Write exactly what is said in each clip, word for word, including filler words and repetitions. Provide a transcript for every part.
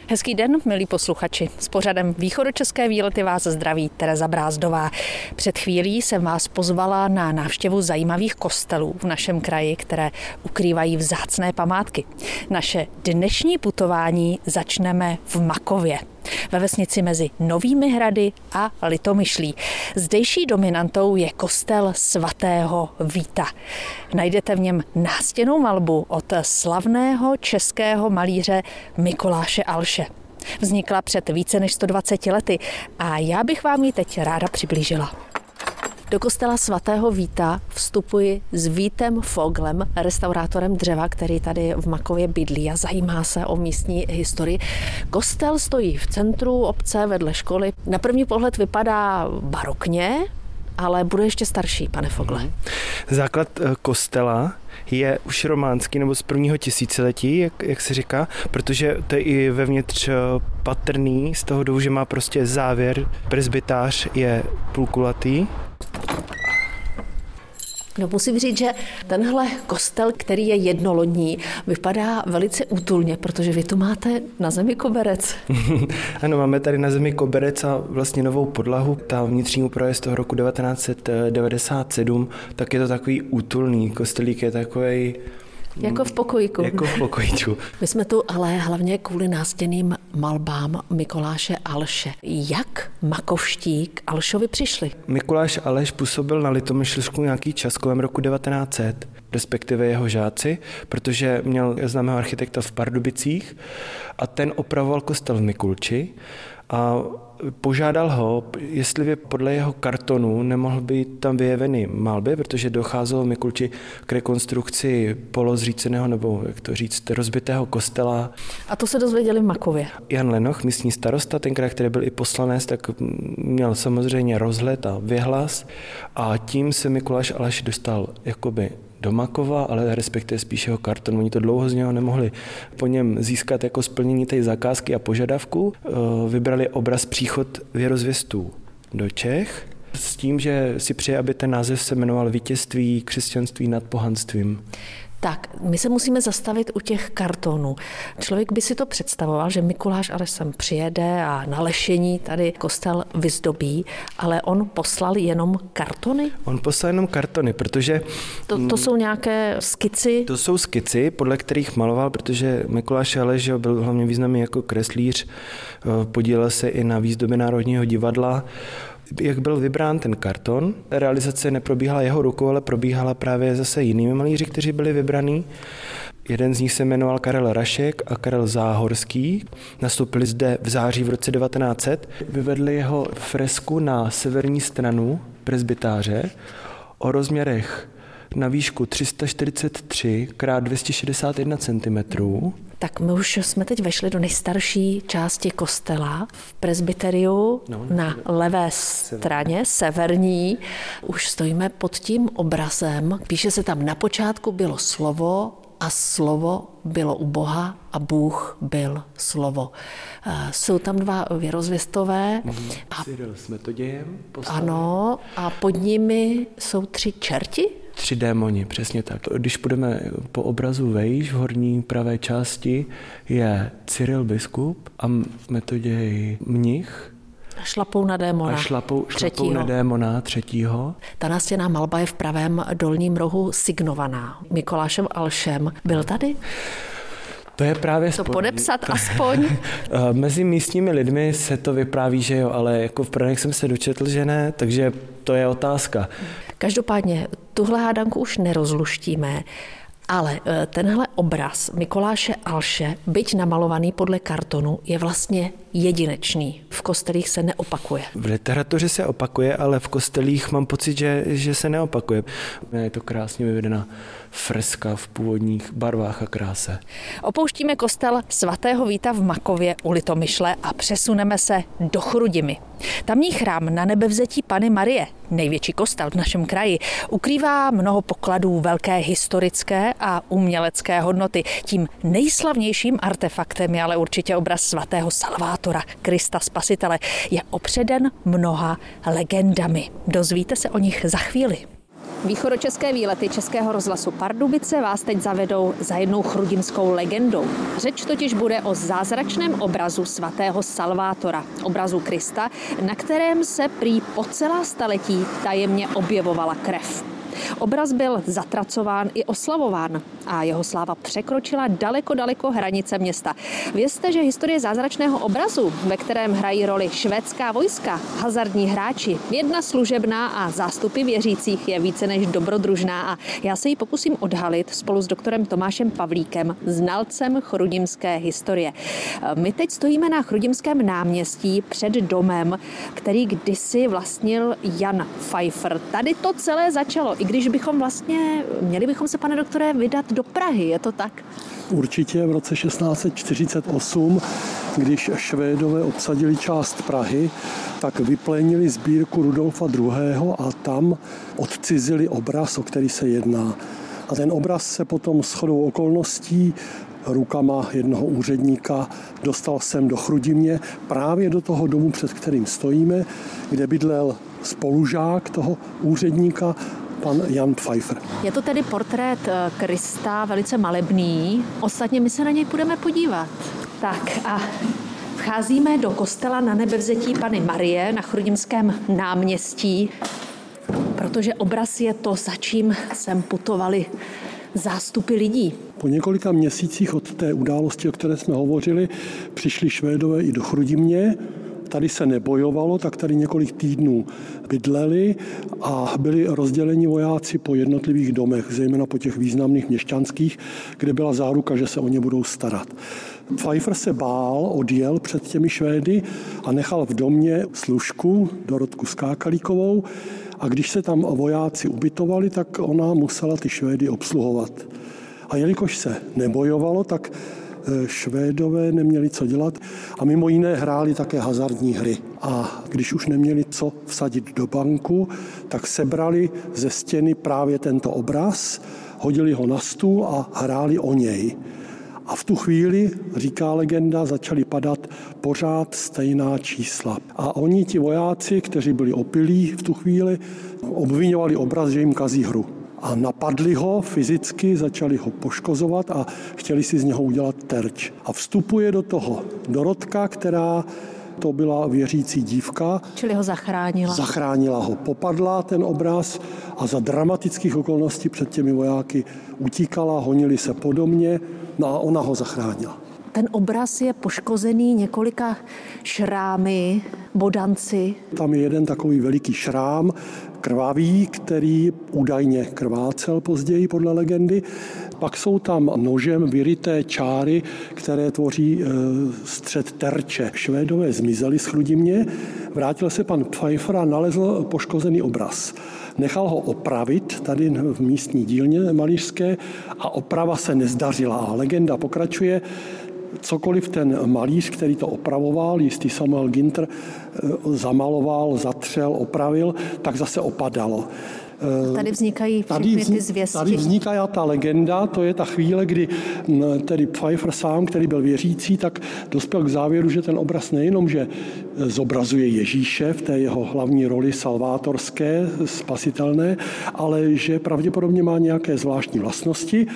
Hezký den, milí posluchači. S pořadem Východočeské výlety vás zdraví Tereza Brázdová. Před chvílí jsem vás pozvala na návštěvu zajímavých kostelů v našem kraji, které ukrývají vzácné památky. Naše dnešní putování začneme v Makově, ve vesnici mezi Novými Hrady a Litomyšlí. Zdejší dominantou je kostel svatého Víta. Najdete v něm nástěnnou malbu od slavného českého malíře Mikuláše Alše. Vznikla před více než sto dvaceti lety a já bych vám ji teď ráda přiblížila. Do kostela svatého Víta vstupuji s Vítem Foglem, restaurátorem dřeva, který tady v Makově bydlí a zajímá se o místní historii. Kostel stojí v centru obce vedle školy. Na první pohled vypadá barokně, ale bude ještě starší, pane Fogle. Základ kostela je už románský nebo z prvního tisíciletí, jak, jak se říká, protože to je i vevnitř patrný z toho důvodu, že má prostě závěr. Presbytář je půlkulatý. No, musím říct, že tenhle kostel, který je jednolodní, vypadá velice útulně, protože vy tu máte na zemi koberec. Ano, máme tady na zemi koberec a vlastně novou podlahu. Ta vnitřní úprava je z toho roku devatenáct set devadesát sedm, tak je to takový útulný kostelík, je takovej... Jako v pokojíku. Jako v pokojíku. My jsme tu ale hlavně kvůli nástěnným malbám Mikuláše Alše. Jak makovští k Alšovi přišli? Mikuláš Aleš působil na Litomyšlsku nějaký čas kolem roku devatenáct set, respektive jeho žáci, protože měl známého architekta v Pardubicích a ten opravoval kostel v Mikulči a požádal ho, jestli by podle jeho kartonu nemohl být tam vyjevený malby, protože docházelo v Mikulči k rekonstrukci polozříceného, nebo jak to říct, rozbitého kostela. A to se dozvěděli v Makově. Jan Lenoch, místní starosta, tenkrát, který byl i poslanec, tak měl samozřejmě rozhled a věhlas a tím se Mikuláš Aleš dostal jakoby do Makova, ale respektive spíš jeho karton. Oni to dlouho z něho nemohli po něm získat jako splnění té zakázky a požadavku. Vybrali obraz Příchod věrozvěstů do Čech s tím, že si přeje, aby ten název se jmenoval Vítězství křesťanství nad pohanstvím. Tak, my se musíme zastavit u těch kartonů. Člověk by si to představoval, že Mikuláš Aleš sem přijede a na lešení tady kostel vyzdobí, ale on poslal jenom kartony? On poslal jenom kartony, protože... To, to jsou nějaké skici? To jsou skici, podle kterých maloval, protože Mikuláš Aleš byl hlavně významný jako kreslíř, podílel se i na výzdobě Národního divadla. Jak byl vybrán ten karton, realizace neprobíhala jeho rukou, ale probíhala právě zase jinými malíři, kteří byli vybraní. Jeden z nich se jmenoval Karel Rašek a Karel Záhorský. Nastoupili zde v září v roce devatenáct set. Vyvedli jeho fresku na severní stranu presbytáře o rozměrech na výšku tři sta čtyřicet tři krát dvě stě šedesát jedna centimetrů. Tak my už jsme teď vešli do nejstarší části kostela v presbyteriu no, na levé straně, severní. Už stojíme pod tím obrazem. Píše se tam, na počátku bylo slovo a slovo bylo u Boha a Bůh byl slovo. Jsou tam dva věrozvěstové. A... Cyril s Metodějem. Ano, a pod nimi jsou tři čerti? Tři démoni, přesně tak. Když půjdeme po obrazu vejš, v horní pravé části je Cyril biskup a Metoděj mnich. A šlapou na démona. A šlapou, šlapou na démona třetího. Ta nástěnná malba je v pravém dolním rohu signovaná Mikulášem Alšem. Byl tady? To je právě to podepsat aspoň. Mezi místními lidmi se to vypráví, že jo, ale jako v Pranech jsem se dočetl, že ne, takže to je otázka. Každopádně tuhle hádanku už nerozluštíme, ale tenhle obraz Mikuláše Alše, byť namalovaný podle kartonu, je vlastně jedinečný. V kostelích se neopakuje. V literatuře se opakuje, ale v kostelích mám pocit, že, že se neopakuje. Je to krásně vyvedená freska v původních barvách a kráse. Opouštíme kostel svatého Víta v Makově u Litomyšle a přesuneme se do Chrudimi. Tamní chrám na Nebevzetí Panny Marie, největší kostel v našem kraji, ukrývá mnoho pokladů velké historické a umělecké hodnoty. Tím nejslavnějším artefaktem je ale určitě obraz svatého Salvátora, Krista Spasitele. Je opředen mnoha legendami. Dozvíte se o nich za chvíli. Východočeské výlety Českého rozhlasu Pardubice vás teď zavedou za jednou chrudimskou legendou. Řeč totiž bude o zázračném obrazu svatého Salvátora, obrazu Krista, na kterém se prý po celá staletí tajemně objevovala krev. Obraz byl zatracován i oslavován a jeho sláva překročila daleko, daleko hranice města. Vězte, že historie zázračného obrazu, ve kterém hrají roli švédská vojska, hazardní hráči, jedna služebná a zástupy věřících je více než dobrodružná a já se ji pokusím odhalit spolu s doktorem Tomášem Pavlíkem, znalcem chrudimské historie. My teď stojíme na Chrudimském náměstí před domem, který kdysi vlastnil Jan Pfeiffer. Tady to celé začalo, i když bychom vlastně, měli bychom se, pane doktore, vydat do Prahy, je to tak? Určitě v roce šestnáct set čtyřicet osm, když Švédové obsadili část Prahy, tak vyplenili sbírku Rudolfa druhého. a tam odcizili obraz, o který se jedná. A ten obraz se potom shodou okolností rukama jednoho úředníka dostal sem do Chrudimě, právě do toho domu, před kterým stojíme, kde bydlel spolužák toho úředníka, pan Jan Pfeiffer. Je to tedy portrét Krista, velice malebný. Ostatně my se na něj půjdeme podívat. Tak a vcházíme do kostela Na Nebevzetí Panny Marie na Chrudimském náměstí, protože obraz je to, za čím sem putovali zástupy lidí. Po několika měsících od té události, o které jsme hovořili, přišli Švédové i do Chrudimě. Tady se nebojovalo, tak tady několik týdnů bydleli a byli rozděleni vojáci po jednotlivých domech, zejména po těch významných měšťanských, kde byla záruka, že se o ně budou starat. Pfeiffer se bál, odjel před těmi Švédy a nechal v domě služku Dorotku Skákalíkovou a když se tam vojáci ubytovali, tak ona musela ty Švédy obsluhovat. A jelikož se nebojovalo, tak Švédové neměli co dělat a mimo jiné hráli také hazardní hry. A když už neměli co vsadit do banku, tak sebrali ze stěny právě tento obraz, hodili ho na stůl a hráli o něj. A v tu chvíli, říká legenda, začaly padat pořád stejná čísla. A oni, ti vojáci, kteří byli opilí v tu chvíli, obviňovali obraz, že jim kazí hru. A napadli ho fyzicky, začali ho poškozovat a chtěli si z něho udělat terč. A vstupuje do toho Dorotka, která to byla věřící dívka. Čili ho zachránila. Zachránila ho. Popadla ten obraz a za dramatických okolností před těmi vojáky utíkala, honili se po domě, no a ona ho zachránila. Ten obraz je poškozený několika šrámy, bodanci. Tam je jeden takový veliký šrám, krvavý, který údajně krvácel později podle legendy. Pak jsou tam nožem vyryté čáry, které tvoří e, střed terče. Švédové zmizeli z Chrudimě, vrátil se pan Pfeiffer a nalezl poškozený obraz. Nechal ho opravit tady v místní dílně malířské a oprava se nezdařila. A legenda pokračuje, cokoliv ten malíř, který to opravoval, jistý Samuel Ginter, zamaloval, zatřel, opravil, tak zase opadalo. Tady vznikají všechny ty zvěsti. Tady vzniká ta legenda, to je ta chvíle, kdy tedy Pfeiffer sám, který byl věřící, tak dospěl k závěru, že ten obraz nejenom, že zobrazuje Ježíše v té jeho hlavní roli salvátorské, spasitelné, ale že pravděpodobně má nějaké zvláštní vlastnosti.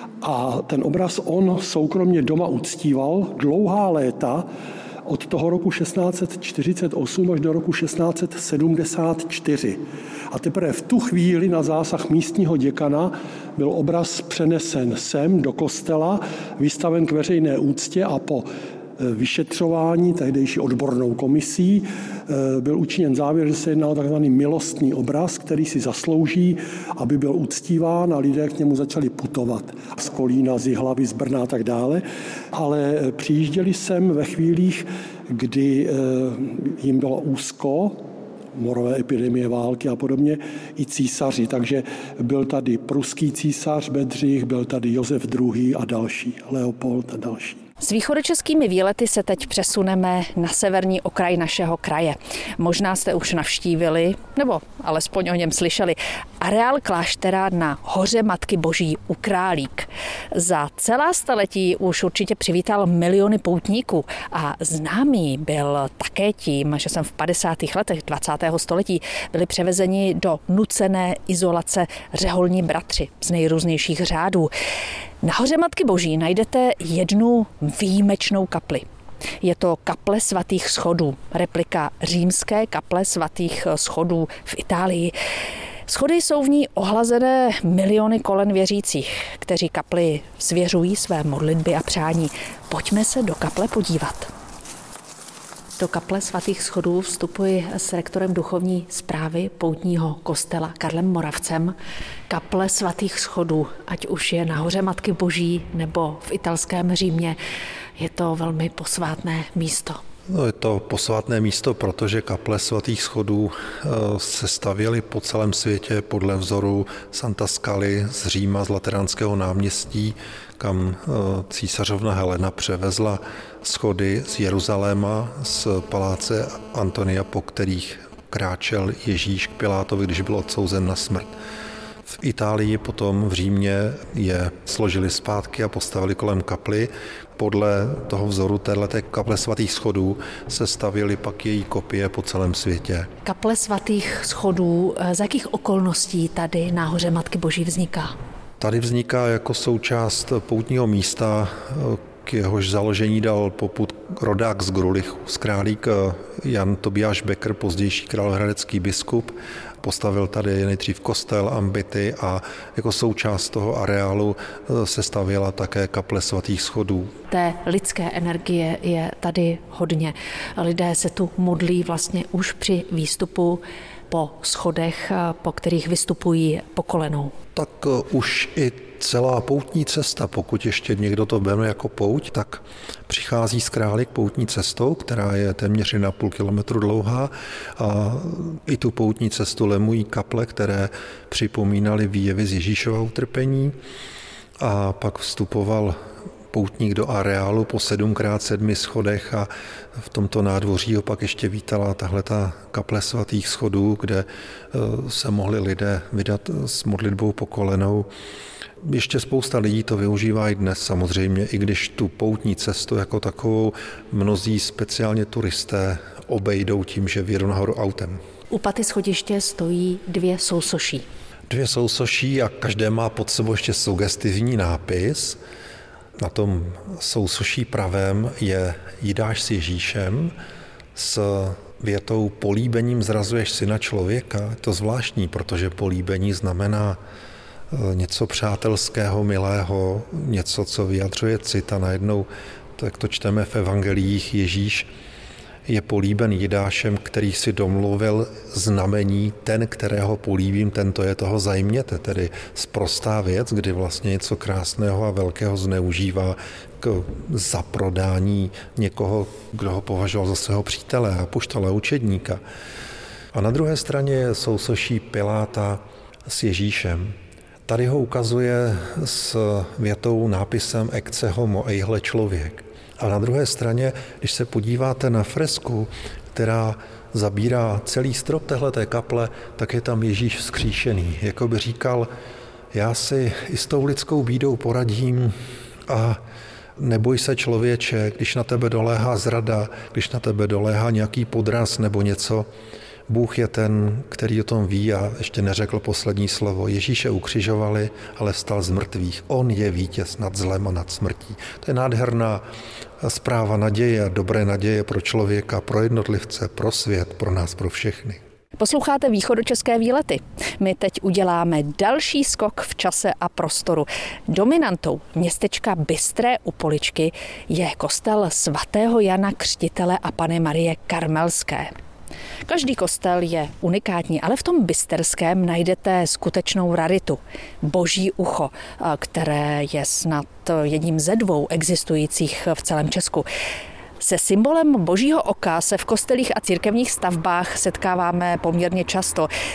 A ten obraz on soukromně doma uctíval dlouhá léta, od toho roku šestnáct set čtyřicet osm až do roku šestnáct set sedmdesát čtyři. A teprve v tu chvíli na zásah místního děkana byl obraz přenesen sem do kostela, vystaven k veřejné úctě a po vyšetřování tehdejší odbornou komisí byl učiněn závěr, že se jedná o takzvaný milostný obraz, který si zaslouží, aby byl uctíván a lidé k němu začali putovat z Kolína, z Jihlavy, z Brna a tak dále. Ale přijížděli sem ve chvílích, kdy jim bylo úzko, morové epidemie, války a podobně, i císaři. Takže byl tady pruský císař Bedřich, byl tady Josef druhý. a další, Leopold a další. S východočeskými výlety se teď přesuneme na severní okraj našeho kraje. Možná jste už navštívili, nebo alespoň o něm slyšeli, areál kláštera na hoře Matky Boží u Králík. Za celá staletí už určitě přivítal miliony poutníků a známý byl také tím, že jsem v padesátých letech dvacátého století byli převezeni do nucené izolace řeholní bratři z nejrůznějších řádů. Na hoře Matky Boží najdete jednu výjimečnou kapli. Je to kaple svatých schodů, replika římské kaple svatých schodů v Itálii. Schody jsou v ní ohlazené miliony kolen věřících, kteří kapli svěřují své modlitby a přání. Pojďme se do kaple podívat. Do kaple svatých schodů vstupuji s rektorem duchovní správy poutního kostela Karlem Moravcem. Kaple svatých schodů, ať už je na hoře Matky Boží nebo v italském Římě, je to velmi posvátné místo. No, je to posvátné místo, protože kaple svatých schodů se stavěly po celém světě podle vzoru Santa Scaly z Říma, z Lateránského náměstí, kam císařovna Helena převezla schody z Jeruzaléma, z paláce Antonia, po kterých kráčel Ježíš k Pilátovi, když byl odsouzen na smrt. V Itálii potom v Římě je složili zpátky a postavili kolem kapli. Podle toho vzoru téhleté kaple svatých schodů se stavěly pak její kopie po celém světě. Kaple svatých schodů, z jakých okolností tady na hoře Matky Boží vzniká? Tady vzniká jako součást poutního místa, k jehož založení dal popud rodák z Grulichu. Z Králík Jan Tobiáš Becker, pozdější královéhradecký biskup, postavil tady nejdřív kostel, ambity a jako součást toho areálu se stavěla také kaple svatých schodů. Té lidské energie je tady hodně. Lidé se tu modlí vlastně už při výstupu po schodech, po kterých vystupují po kolenou. Tak už i celá poutní cesta, pokud ještě někdo to bere jako pouť, tak přichází z Králík poutní cestou, která je téměř na půl kilometru dlouhá a i tu poutní cestu lemují kaple, které připomínaly výjevy z Ježíšova utrpení a pak vstupoval poutník do areálu po sedm krát sedmi schodech a v tomto nádvoří ho pak ještě vítala tahleta kaple svatých schodů, kde se mohli lidé vydat s modlitbou po kolenou. Ještě spousta lidí to využívá i dnes samozřejmě, i když tu poutní cestu jako takovou mnozí speciálně turisté obejdou tím, že vyjedou nahoru autem. U paty schodiště stojí dvě sousoší. Dvě sousoší a každé má pod sebou ještě sugestivní nápis. Na tom sousoší pravém je Jidáš s Ježíšem s větou políbením zrazuješ syna člověka. Je to zvláštní, protože políbení znamená něco přátelského, milého, něco, co vyjadřuje cit a najednou, tak to čteme v evangelích, Ježíš je políben Jidášem, který si domluvil znamení, ten, kterého políbím, tento je toho zajměte, tedy sprostá věc, kdy vlastně něco krásného a velkého zneužívá k zaprodání někoho, kdo ho považoval za svého přítele a apoštola, učedníka. A na druhé straně je sousoší Piláta s Ježíšem. Tady ho ukazuje s větou nápisem Ecce homo, ejhle člověk. A na druhé straně, když se podíváte na fresku, která zabírá celý strop téhleté kaple, tak je tam Ježíš vzkříšený. Jako by říkal, já si i s tou lidskou bídou poradím a neboj se člověče, když na tebe doléhá zrada, když na tebe doléhá nějaký podraz nebo něco, Bůh je ten, který o tom ví a ještě neřekl poslední slovo. Ježíše ukřižovali, ale vstal z mrtvých. On je vítěz nad zlem a nad smrtí. To je nádherná zpráva naděje a dobré naděje pro člověka, pro jednotlivce, pro svět, pro nás, pro všechny. Posloucháte Východočeské výlety. My teď uděláme další skok v čase a prostoru. Dominantou městečka Bystré u Poličky je kostel svatého Jana Křtitele a Panny Marie Karmelské. Každý kostel je unikátní, ale v tom bysterském najdete skutečnou raritu. Boží ucho, které je snad jedním ze dvou existujících v celém Česku. Se symbolem Božího oka se v kostelích a církevních stavbách setkáváme poměrně často.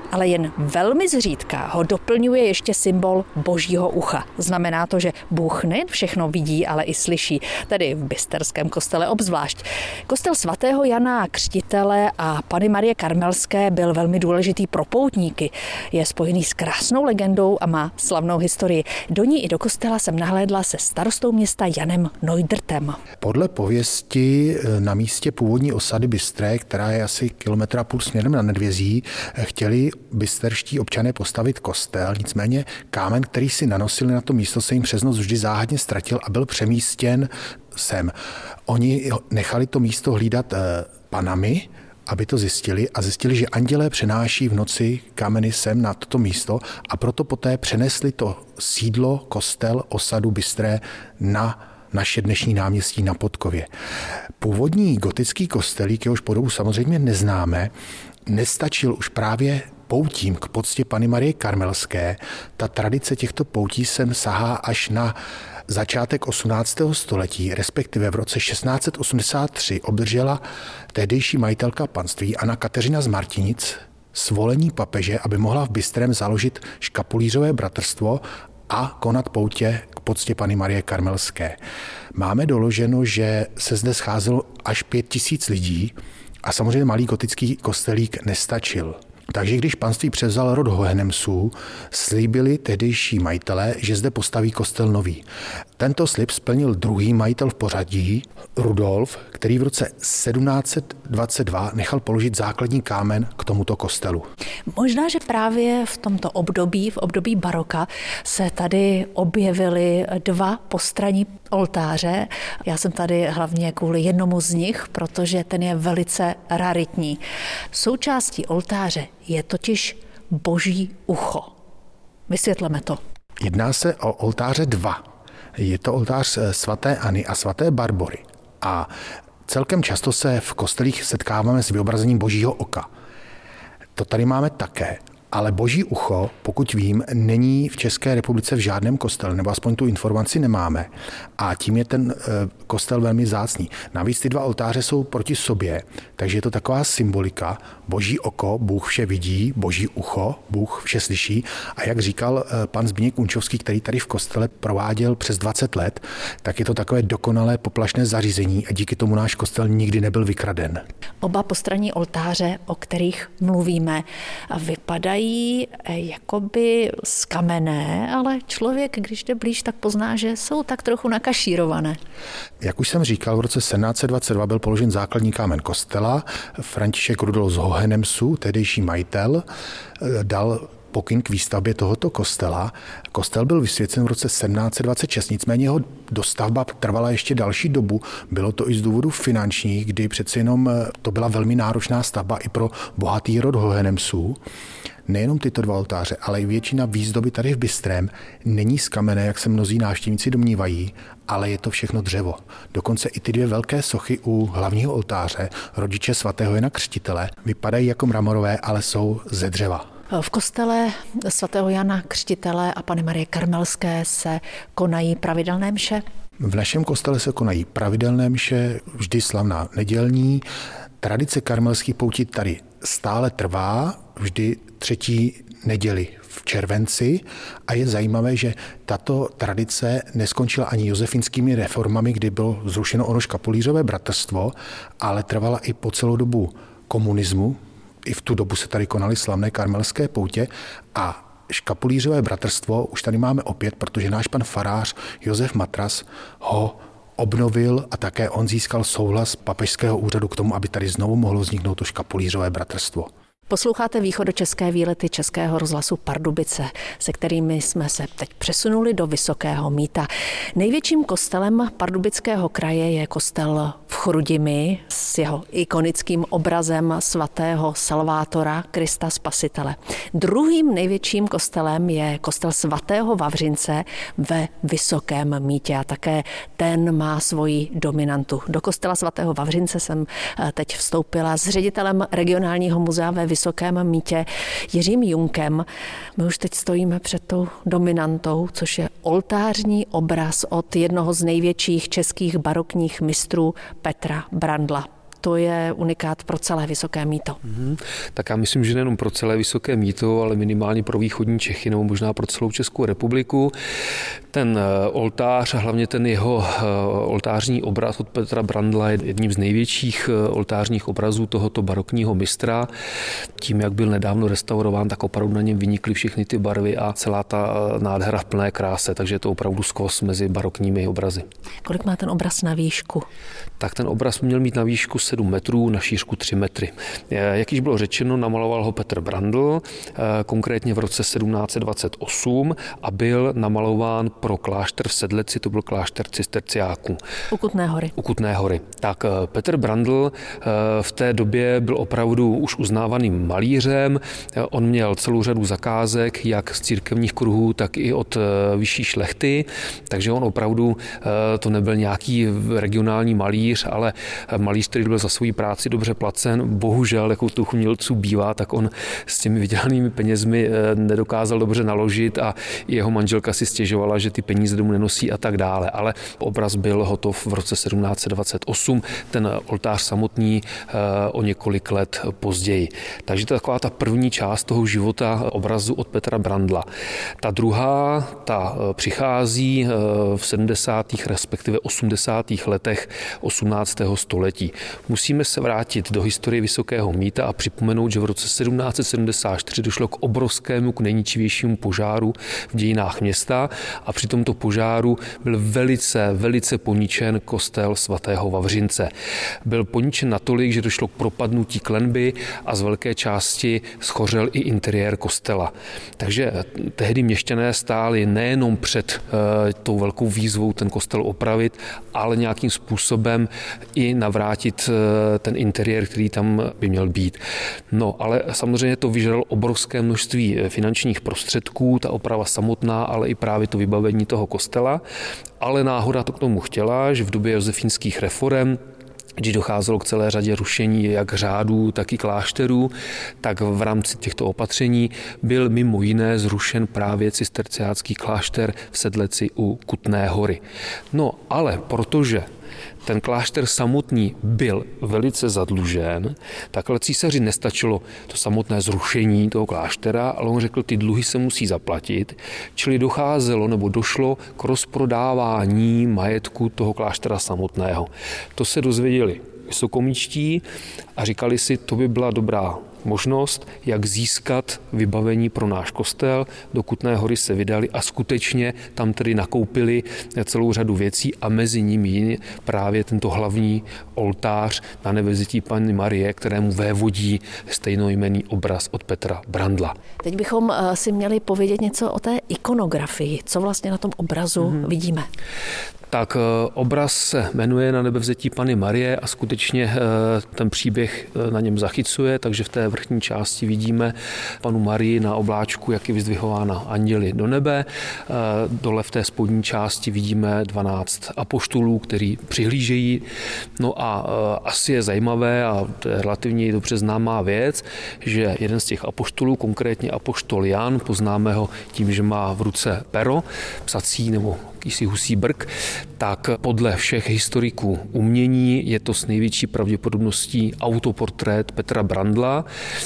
ale jen velmi zřídka ho doplňuje ještě symbol božího ucha. Znamená to, že Bůh nejen všechno vidí, ale i slyší, tedy v Bysterském kostele obzvlášť. Kostel svatého Jana Křtitele a Panny Marie Karmelské byl velmi důležitý pro poutníky. Je spojený s krásnou legendou a má slavnou historii. Do ní i do kostela jsem nahlédla se starostou města Janem Neudrtem. Podle pověsti na místě původní osady Bystré, která je asi kilometra půl směrem na Nedvězí, chtěli bysterští občané postavit kostel, nicméně kámen, který si nanosili na to místo, se jim přes noc vždy záhadně ztratil a byl přemístěn sem. Oni nechali to místo hlídat panami, aby to zjistili a zjistili, že andělé přenáší v noci kameny sem na toto místo a proto poté přenesli to sídlo, kostel, osadu Bystré na naše dnešní náměstí na Podkově. Původní gotický kostelík, jehož podobu samozřejmě neznáme, nestačil už právě poutím k poctě Panny Marie Karmelské. Ta tradice těchto poutí sem sahá až na začátek osmnáctého století, respektive v roce šestnáct osmdesát tři obdržela tehdejší majitelka panství Anna Kateřina z Martinic svolení papeže, aby mohla v Bystrém založit škapulířové bratrstvo a konat poutě k poctě Panny Marie Karmelské. Máme doloženo, že se zde scházelo až pět tisíc lidí a samozřejmě malý gotický kostelík nestačil. Takže když panství převzal rod Hohenemsů, slíbili tehdejší majitelé, že zde postaví kostel nový. Tento slib splnil druhý majitel v pořadí, Rudolf, který v roce sedmnáct dvacet dva nechal položit základní kámen k tomuto kostelu. Možná, že právě v tomto období, v období baroka, se tady objevily dva postranní oltáře. Já jsem tady hlavně kvůli jednomu z nich, protože ten je velice raritní. Součástí oltáře je totiž boží ucho. Vysvětleme to. Jedná se o oltáře dva. Je to oltář svaté Anny a svaté Barbory. A celkem často se v kostelích setkáváme s vyobrazením božího oka. To tady máme také. Ale boží ucho, pokud vím, není v České republice v žádném kostele, nebo aspoň tu informaci nemáme. A tím je ten kostel velmi vzácný. Navíc ty dva oltáře jsou proti sobě, takže je to taková symbolika. Boží oko, Bůh vše vidí, boží ucho, Bůh vše slyší. A jak říkal pan Zbigněk Unčovský, který tady v kostele prováděl přes dvacet let, tak je to takové dokonalé poplašné zařízení a díky tomu náš kostel nikdy nebyl vykraden. Oba postranní oltáře, o kterých mluvíme, vypadají jakoby z kamenné, ale člověk, když jde blíž, tak pozná, že jsou tak trochu nakašírované. Jak už jsem říkal, v roce sedmnáct dvacet dva byl položen základní kámen kostela. František Rudolf z Hohenemsů, tehdejší majitel, dal pokyn k výstavbě tohoto kostela. Kostel byl vysvěcen v roce sedmnáct dvacet šest, nicméně jeho dostavba trvala ještě další dobu. Bylo to i z důvodu finančních, kdy přeci jenom to byla velmi náročná stavba i pro bohatý rod Hohenemsů. Nejenom tyto dva oltáře, ale i většina výzdoby tady v Bystrém není z kamene, jak se mnozí návštěvníci domnívají, ale je to všechno dřevo. Dokonce i ty dvě velké sochy u hlavního oltáře, rodiče svatého Jana Křtitele, vypadají jako mramorové, ale jsou ze dřeva. V kostele svatého Jana Křtitele a Panny Marie Karmelské se konají pravidelné mše? V našem kostele se konají pravidelné mše, vždy slavná nedělní. Tradice karmelských poutí tady stále trvá, vždy třetí neděli v červenci a je zajímavé, že tato tradice neskončila ani josefinskými reformami, kdy bylo zrušeno ono škapulířové bratrstvo, ale trvala i po celou dobu komunismu. I v tu dobu se tady konaly slavné karmelské poutě a škapulířové bratrstvo už tady máme opět, protože náš pan farář Josef Matras ho obnovil a také on získal souhlas papežského úřadu k tomu, aby tady znovu mohlo vzniknout to škapulířové bratrstvo. Posloucháte východočeské výlety Českého rozhlasu Pardubice, se kterými jsme se teď přesunuli do Vysokého Mýta. Největším kostelem Pardubického kraje je kostel v Chrudimi s jeho ikonickým obrazem svatého Salvátora Krista Spasitele. Druhým největším kostelem je kostel svatého Vavřince ve Vysokém Mýtě a také ten má svoji dominantu. Do kostela svatého Vavřince jsem teď vstoupila s ředitelem regionálního muzea ve Vysokém Mýtě Jiřím Junkem. My už teď stojíme před tou dominantou, což je oltářní obraz od jednoho z největších českých barokních mistrů Petra Brandla. to je unikát pro celé Vysoké Mýto. Mm-hmm. Tak já myslím, že nejenom pro celé Vysoké Mýto, ale minimálně pro východní Čechy nebo možná pro celou Českou republiku. Ten oltář a hlavně ten jeho oltářní obraz od Petra Brandla je jedním z největších oltářních obrazů tohoto barokního mistra. Tím, jak byl nedávno restaurován, tak opravdu na něm vynikly všechny ty barvy a celá ta nádhera v plné kráse, takže je to opravdu skvos mezi barokními obrazy. Kolik má ten obraz na výšku? Tak ten obraz měl mít na výšku sedm metrů, na šířku tři metry. Jak již bylo řečeno, namaloval ho Petr Brandl, konkrétně v roce sedmnáct set dvacet osm a byl namalován pro klášter v Sedleci, to byl klášter cisterciáků. U Kutné Hory. U Kutné Hory. Tak Petr Brandl v té době byl opravdu už uznávaným malířem. On měl celou řadu zakázek, jak z církevních kruhů, tak i od vyšší šlechty, takže on opravdu to nebyl nějaký regionální malíř, ale malíř, který byl za svou práci dobře placen. Bohužel, jako tu umělců bývá, tak on s těmi vydělanými penězmi nedokázal dobře naložit a jeho manželka si stěžovala, že ty peníze domů nenosí a tak dále. Ale obraz byl hotov v roce sedmnáct set dvacet osm, ten oltář samotný o několik let později. Takže to je taková ta první část toho života obrazu od Petra Brandla. Ta druhá, ta přichází v sedmdesátých respektive osmdesátých letech osmnáctého století. Musíme se vrátit do historie Vysokého Mýta a připomenout, že v roce sedmnáct set sedmdesát čtyři došlo k obrovskému, k nejničivějšímu požáru v dějinách města a při tomto požáru byl velice, velice poničen kostel svatého Vavřince. Byl poničen natolik, že došlo k propadnutí klenby a z velké části schořel i interiér kostela. Takže tehdy měšťané stáli nejenom před uh, tou velkou výzvou ten kostel opravit, ale nějakým způsobem i navrátit uh, ten interiér, který tam by měl být. No, ale samozřejmě to vyžadalo obrovské množství finančních prostředků, ta oprava samotná, ale i právě to vybavení toho kostela. Ale náhoda to k tomu chtěla, že v době josefínských reforem, když docházelo k celé řadě rušení jak řádů, tak i klášterů, tak v rámci těchto opatření byl mimo jiné zrušen právě cisterciácký klášter v Sedleci u Kutné Hory. No ale protože ten klášter samotný byl velice zadlužen, tak ale císaři nestačilo to samotné zrušení toho kláštera, ale on řekl, ty dluhy se musí zaplatit, čili docházelo nebo došlo k rozprodávání majetku toho kláštera samotného. To se dozvěděli vysokomíčtí a říkali si, to by byla dobrá možnost, jak získat vybavení pro náš kostel. Do Kutné Hory se vydali a skutečně tam tedy nakoupili celou řadu věcí a mezi nimi právě tento hlavní oltář na Nebevzetí Panny Marie, kterému vévodí stejnojmenný obraz od Petra Brandla. Teď bychom si měli povědět něco o té ikonografii. Co vlastně na tom obrazu mm-hmm. vidíme? Tak obraz se jmenuje Na Nebevzetí Panny Marie a skutečně ten příběh na něm zachycuje, takže v té vrchní části vidíme Pannu Marii na obláčku, jak je vyzdvihována anděli do nebe. Dole v té spodní části vidíme dvanáct apoštolů, kteří přihlížejí. No a asi je zajímavé, a to je relativně dobře známá věc, že jeden z těch apoštolů, konkrétně apoštol Jan, poznáme ho tím, že má v ruce pero, psací nebo jakýsi husí brk, tak podle všech historiků umění je to s největší pravděpodobností autoportrét Petra Brandla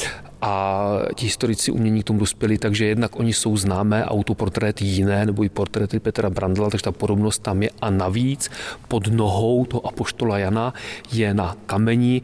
a ti historici umění k tomu dospěli, takže jednak oni jsou známé autoportréty jiné nebo i portréty Petra Brandla, takže ta podobnost tam je a navíc pod nohou toho apoštola Jana je na kameni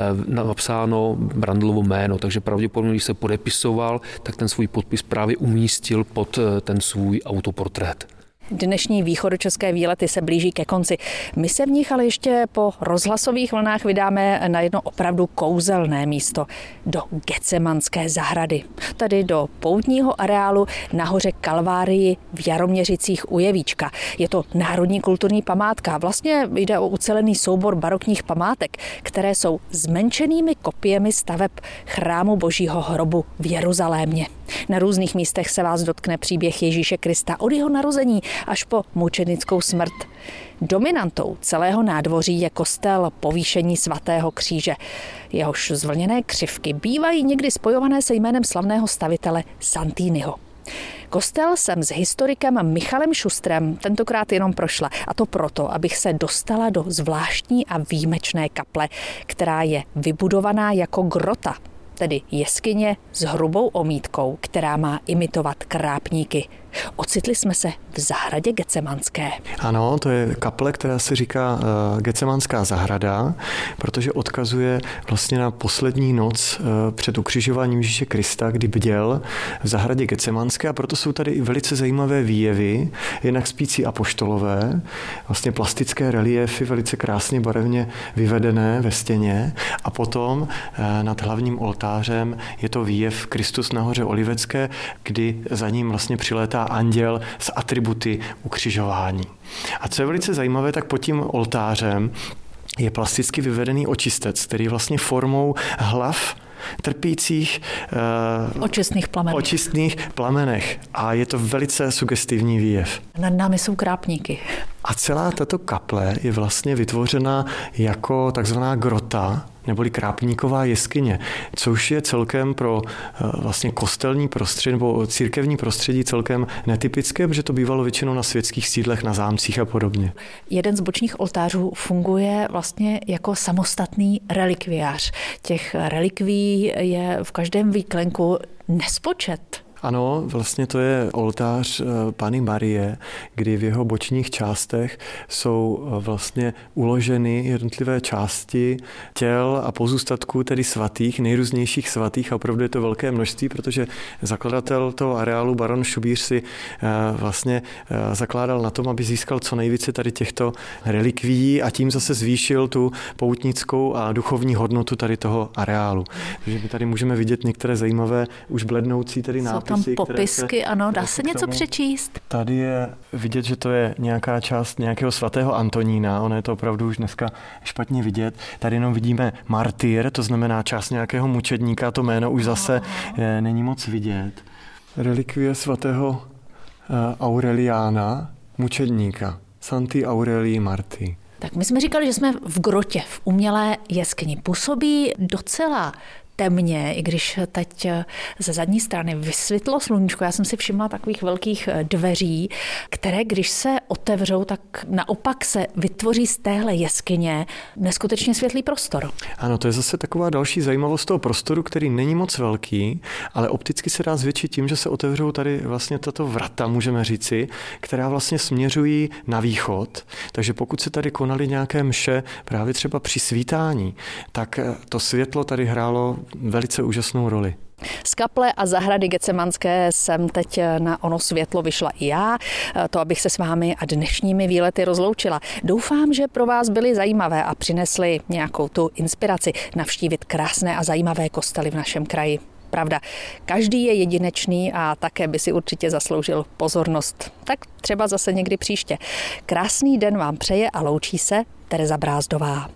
napsáno Brandlovo jméno, takže pravděpodobně, když se podepisoval, tak ten svůj podpis právě umístil pod ten svůj autoportrét. Dnešní východočeské výlety se blíží ke konci. My se v nich ale ještě po rozhlasových vlnách vydáme na jedno opravdu kouzelné místo, do Getsemanské zahrady. Tady do poutního areálu na hoře Kalvárii v Jaroměřicích u Jevíčka. Je to národní kulturní památka. Vlastně jde o ucelený soubor barokních památek, které jsou zmenšenými kopiemi staveb chrámu Božího hrobu v Jeruzalémě. Na různých místech se vás dotkne příběh Ježíše Krista od jeho narození až po mučenickou smrt. Dominantou celého nádvoří je kostel Povýšení svatého kříže. Jehož zvlněné křivky bývají někdy spojované se jménem slavného stavitele Santiniho. Kostel jsem s historikem Michalem Šustrem tentokrát jenom prošla. A to proto, abych se dostala do zvláštní a výjimečné kaple, která je vybudovaná jako grota, tedy jeskyně s hrubou omítkou, která má imitovat krápníky. Ocitli jsme se v zahradě Getsemanské. Ano, to je kaple, která se říká uh, Getsemanská zahrada, protože odkazuje vlastně na poslední noc uh, před ukřižováním Ježíše Krista, kdy bděl v zahradě Getsemanské, a proto jsou tady i velice zajímavé výjevy, jednak spící apoštolové, vlastně plastické reliéfy, velice krásně barevně vyvedené ve stěně, a potom uh, nad hlavním oltářem je to výjev Kristus na hoře Olivecké, kdy za ním vlastně přilétá anděl s atributy ukřižování. A co je velice zajímavé, tak pod tím oltářem je plasticky vyvedený očistec, který vlastně formou hlav trpících uh, očistných plamenech. očistných plamenech. A je to velice sugestivní výjev. Nad námi jsou krápníky. A celá tato kaple je vlastně vytvořena jako takzvaná grota, neboli krápníková jeskyně, což je celkem pro vlastně kostelní prostředí nebo církevní prostředí celkem netypické, protože to bývalo většinou na světských sídlech, na zámcích a podobně. Jeden z bočních oltářů funguje vlastně jako samostatný relikviář. Těch relikví je v každém výklenku nespočet. Ano, vlastně to je oltář Panny Marie, kdy v jeho bočních částech jsou vlastně uloženy jednotlivé části těl a pozůstatků, tedy svatých, nejrůznějších svatých, a opravdu je to velké množství, protože zakladatel toho areálu baron Šubíř si vlastně zakládal na tom, aby získal co nejvíce tady těchto relikví a tím zase zvýšil tu poutnickou a duchovní hodnotu tady toho areálu. Takže my tady můžeme vidět některé zajímavé už blednoucí tedy nápisy. Tam popisky, se, ano, dá se něco přečíst? Tady je vidět, že to je nějaká část nějakého svatého Antonína, ono je to opravdu už dneska špatně vidět. Tady jenom vidíme martyr, to znamená část nějakého mučedníka, to jméno už zase je, není moc vidět. Relikvie svatého Aureliána, mučedníka, Sancti Aurelii Marty. Tak my jsme říkali, že jsme v grotě, v umělé jeskyni. Působí docela temně, i když teď ze zadní strany vysvětlo sluníčko. Já jsem si všimla takových velkých dveří, které když se otevřou, tak naopak se vytvoří z téhle jeskyně neskutečně světlý prostor. Ano, to je zase taková další zajímavost toho prostoru, který není moc velký, ale opticky se dá zvětšit tím, že se otevřou tady vlastně tato vrata, můžeme říci, která vlastně směřují na východ. Takže pokud se tady konaly nějaké mše právě třeba při svítání, tak to světlo tady hrálo velice úžasnou roli. Z kaple a zahrady Getsemanské jsem teď na ono světlo vyšla i já, to abych se s vámi a dnešními výlety rozloučila. Doufám, že pro vás byly zajímavé a přinesly nějakou tu inspiraci navštívit krásné a zajímavé kostely v našem kraji. Pravda, každý je jedinečný a také by si určitě zasloužil pozornost. Tak třeba zase někdy příště. Krásný den vám přeje a loučí se Tereza Brázdová.